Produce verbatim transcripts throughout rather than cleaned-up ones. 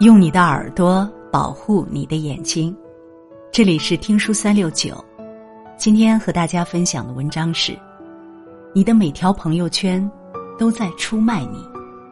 用你的耳朵保护你的眼睛。这里是听书三六九，今天和大家分享的文章是：你的每条朋友圈都在出卖你。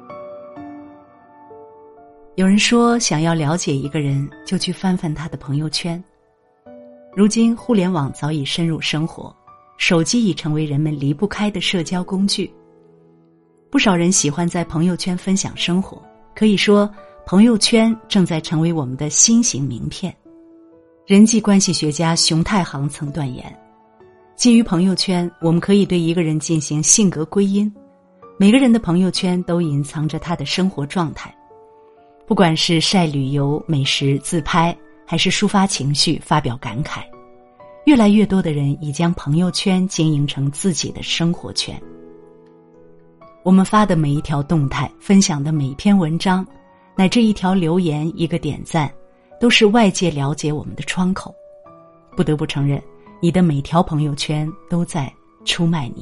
有人说，想要了解一个人，就去翻翻他的朋友圈。如今互联网早已深入生活，手机已成为人们离不开的社交工具。不少人喜欢在朋友圈分享生活，可以说朋友圈正在成为我们的新型名片。人际关系学家熊太行曾断言，基于朋友圈，我们可以对一个人进行性格归因。每个人的朋友圈都隐藏着他的生活状态，不管是晒旅游、美食、自拍，还是抒发情绪、发表感慨，越来越多的人已将朋友圈经营成自己的生活圈。我们发的每一条动态，分享的每一篇文章，乃至一条留言、一个点赞，都是外界了解我们的窗口。不得不承认，你的每条朋友圈都在出卖你。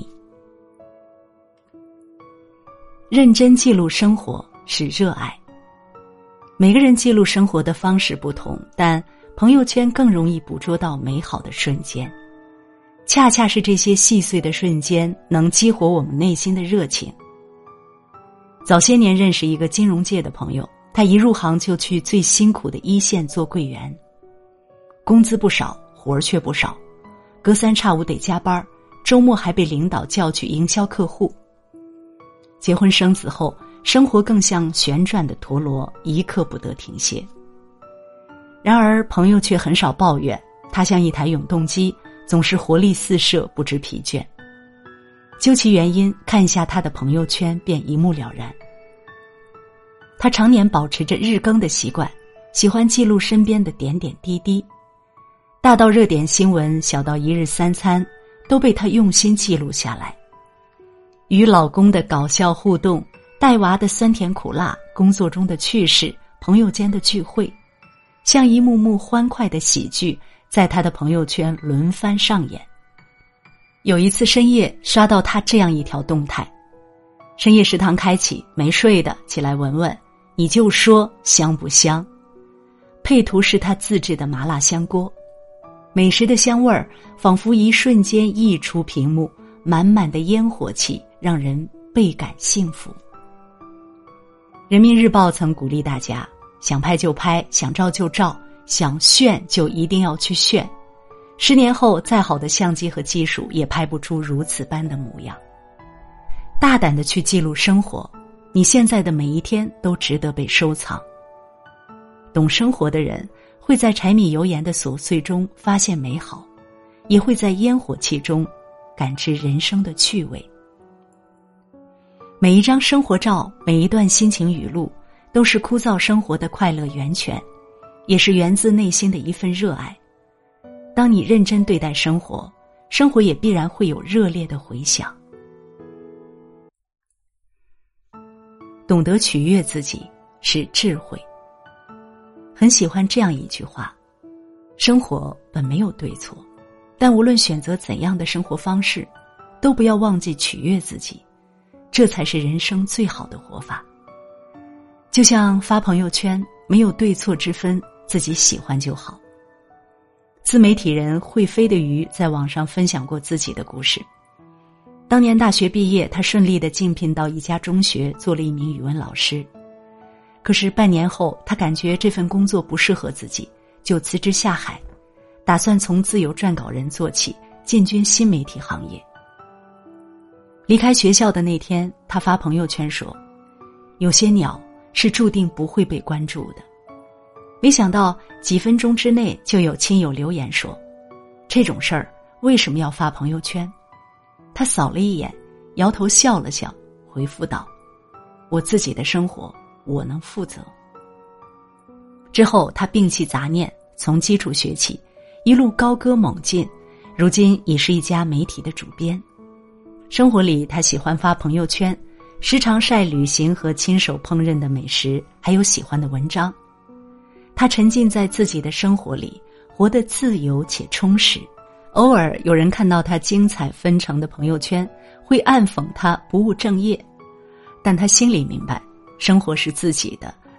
认真记录生活是热爱。每个人记录生活的方式不同，但朋友圈更容易捕捉到美好的瞬间。恰恰是这些细碎的瞬间，能激活我们内心的热情。早些年认识一个金融界的朋友，他一入行就去最辛苦的一线做柜员，工资不少，活儿却不少，隔三差五得加班，周末还被领导叫去营销客户。结婚生子后，生活更像旋转的陀螺，一刻不得停歇。然而朋友却很少抱怨，他像一台永动机，总是活力四射，不知疲倦。究其原因，看一下他的朋友圈便一目了然。他常年保持着日更的习惯，喜欢记录身边的点点滴滴，大到热点新闻，小到一日三餐，都被他用心记录下来。与老公的搞笑互动，带娃的酸甜苦辣，工作中的趣事，朋友间的聚会，像一幕幕欢快的喜剧，在他的朋友圈轮番上演。有一次深夜刷到他这样一条动态：深夜食堂开启，没睡的起来闻闻，你就说香不香。配图是他自制的麻辣香锅，美食的香味儿仿佛一瞬间溢出屏幕，满满的烟火气让人倍感幸福。人民日报曾鼓励大家，想拍就拍，想照就照，想炫就一定要去炫。十年后，再好的相机和技术也拍不出如此般的模样。大胆地去记录生活，你现在的每一天都值得被收藏。懂生活的人会在柴米油盐的琐碎中发现美好，也会在烟火气中感知人生的趣味。每一张生活照，每一段心情语录，都是枯燥生活的快乐源泉，也是源自内心的一份热爱。当你认真对待生活，生活也必然会有热烈的回响。懂得取悦自己是智慧。很喜欢这样一句话：生活本没有对错，但无论选择怎样的生活方式，都不要忘记取悦自己，这才是人生最好的活法。就像发朋友圈，没有对错之分，自己喜欢就好。自媒体人会飞的鱼在网上分享过自己的故事。当年大学毕业，他顺利地竞聘到一家中学，做了一名语文老师。可是半年后，他感觉这份工作不适合自己，就辞职下海，打算从自由撰稿人做起，进军新媒体行业。离开学校的那天，他发朋友圈说，有些鸟是注定不会被关注的。没想到几分钟之内就有亲友留言说，这种事儿为什么要发朋友圈？他扫了一眼，摇头笑了笑，回复道，我自己的生活我能负责。之后他摒弃杂念，从基础学起，一路高歌猛进，如今已是一家媒体的主编。生活里他喜欢发朋友圈，时常晒旅行和亲手烹饪的美食，还有喜欢的文章。他沉浸在自己的生活里，活得自由且充实。偶尔有人看到他精彩纷呈的朋友圈，会暗讽他不务正业，但他心里明白，生活是自己的，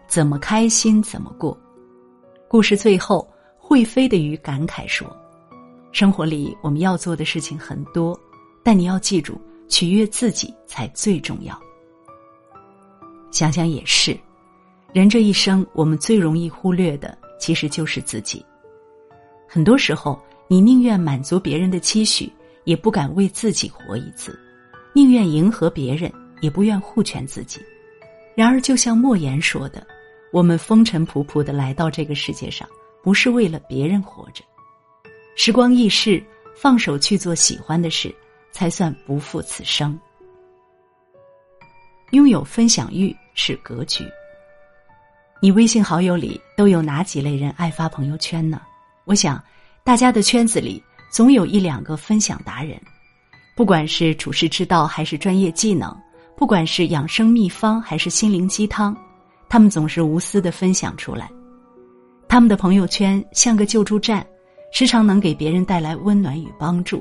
怎么开心怎么过。故事最后，会飞的鱼感慨说，生活里我们要做的事情很多，但你要记住，取悦自己才最重要。想想也是，人这一生我们最容易忽略的其实就是自己。很多时候你宁愿满足别人的期许，也不敢为自己活一次，宁愿迎合别人，也不愿护全自己。然而就像莫言说的，我们风尘仆仆地来到这个世界上，不是为了别人活着。时光易逝，放手去做喜欢的事，才算不负此生。拥有分享欲是格局。你微信好友里都有哪几类人爱发朋友圈呢？我想大家的圈子里总有一两个分享达人，不管是处世之道还是专业技能，不管是养生秘方还是心灵鸡汤，他们总是无私地分享出来。他们的朋友圈像个救助站，时常能给别人带来温暖与帮助。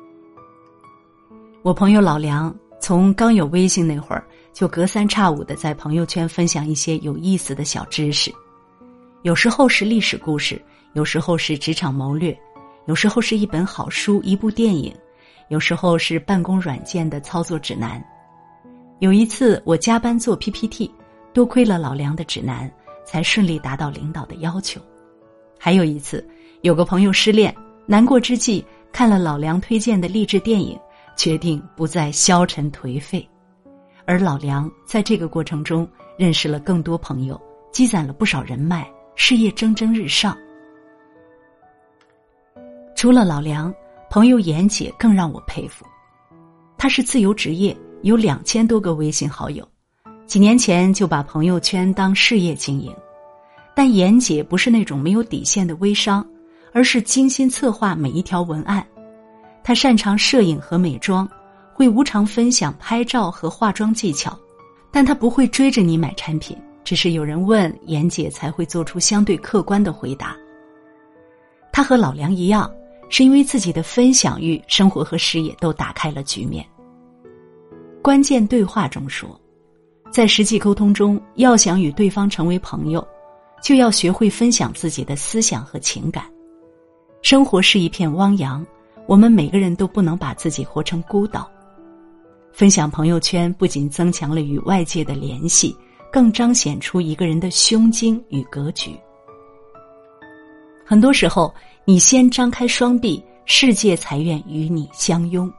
我朋友老梁从刚有微信那会儿，就隔三差五地在朋友圈分享一些有意思的小知识，有时候是历史故事，有时候是职场谋略，有时候是一本好书，一部电影，有时候是办公软件的操作指南。有一次我加班做 P P T， 多亏了老梁的指南，才顺利达到领导的要求。还有一次有个朋友失恋，难过之际看了老梁推荐的励志电影，决定不再消沉颓废。而老梁在这个过程中认识了更多朋友，积攒了不少人脉，事业蒸蒸日上。除了老梁，朋友妍姐更让我佩服。她是自由职业，有两千多个微信好友，几年前就把朋友圈当事业经营。但妍姐不是那种没有底线的微商，而是精心策划每一条文案。她擅长摄影和美妆，会无偿分享拍照和化妆技巧，但她不会追着你买产品，只是有人问，妍姐才会做出相对客观的回答。她和老梁一样，是因为自己的分享欲，生活和事业都打开了局面。关键对话中说，在实际沟通中，要想与对方成为朋友，就要学会分享自己的思想和情感。生活是一片汪洋，我们每个人都不能把自己活成孤岛。分享朋友圈不仅增强了与外界的联系，更彰显出一个人的胸襟与格局。很多时候，你先张开双臂，世界才愿与你相拥。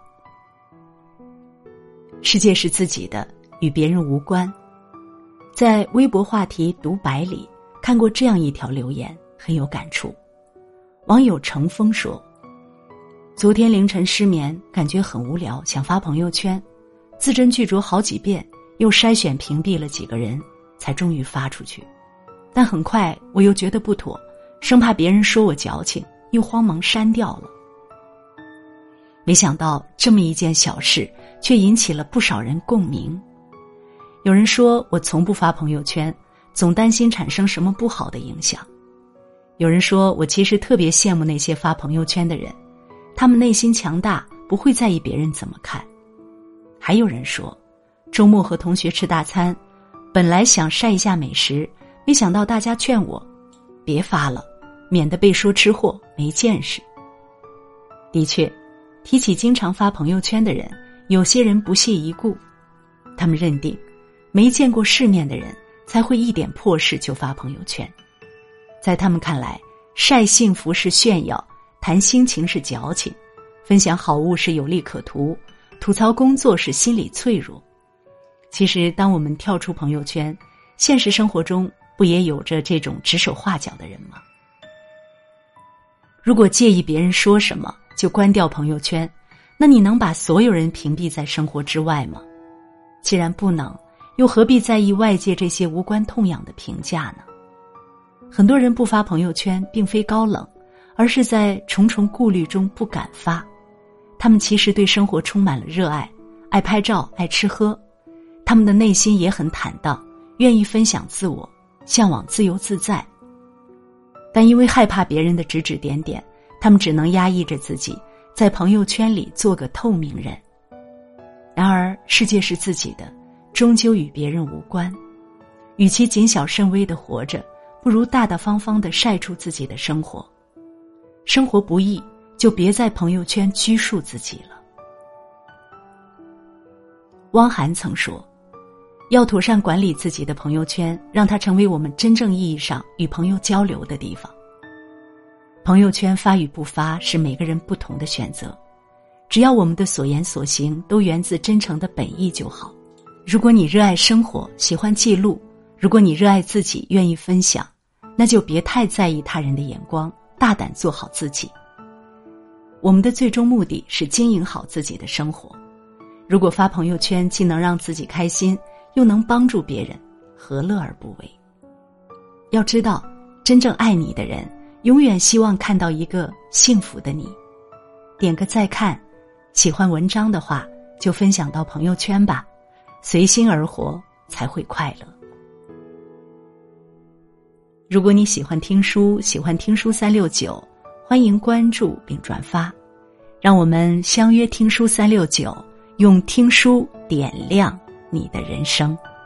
世界是自己的，与别人无关。在微博话题独白里看过这样一条留言，很有感触。网友程峰说，昨天凌晨失眠，感觉很无聊，想发朋友圈，字斟句酌好几遍，又筛选屏蔽了几个人，才终于发出去。但很快我又觉得不妥，生怕别人说我矫情，又慌忙删掉了。没想到这么一件小事却引起了不少人共鸣。有人说我从不发朋友圈，总担心产生什么不好的影响。有人说我其实特别羡慕那些发朋友圈的人，他们内心强大，不会在意别人怎么看。还有人说，周末和同学吃大餐，本来想晒一下美食，没想到大家劝我别发了，免得被说吃货没见识。的确，提起经常发朋友圈的人，有些人不屑一顾，他们认定没见过世面的人才会一点破事就发朋友圈。在他们看来，晒幸福是炫耀，谈心情是矫情，分享好物是有利可图，吐槽工作是心理脆弱。其实当我们跳出朋友圈，现实生活中不也有着这种指手画脚的人吗？如果介意别人说什么就关掉朋友圈，那你能把所有人屏蔽在生活之外吗？既然不能，又何必在意外界这些无关痛痒的评价呢？很多人不发朋友圈并非高冷，而是在重重顾虑中不敢发。他们其实对生活充满了热爱，爱拍照，爱吃喝，他们的内心也很坦荡，愿意分享自我，向往自由自在。但因为害怕别人的指指点点，他们只能压抑着自己，在朋友圈里做个透明人。然而世界是自己的，终究与别人无关。 与其谨小慎微地活着，不如大大方方地晒出自己的生活。生活不易，就别在朋友圈拘束自己了。汪涵曾说，要妥善管理自己的朋友圈，让它成为我们真正意义上与朋友交流的地方。朋友圈发与不发是每个人不同的选择，只要我们的所言所行都源自真诚的本意就好。如果你热爱生活，喜欢记录，如果你热爱自己，愿意分享，那就别太在意他人的眼光，大胆做好自己。我们的最终目的是经营好自己的生活。如果发朋友圈既能让自己开心，又能帮助别人，何乐而不为？要知道，真正爱你的人永远希望看到一个幸福的你。点个再看，喜欢文章的话就分享到朋友圈吧，随心而活才会快乐。如果你喜欢听书，喜欢听书三六九，欢迎关注并转发，让我们相约听书三六九，用听书点亮你的人生。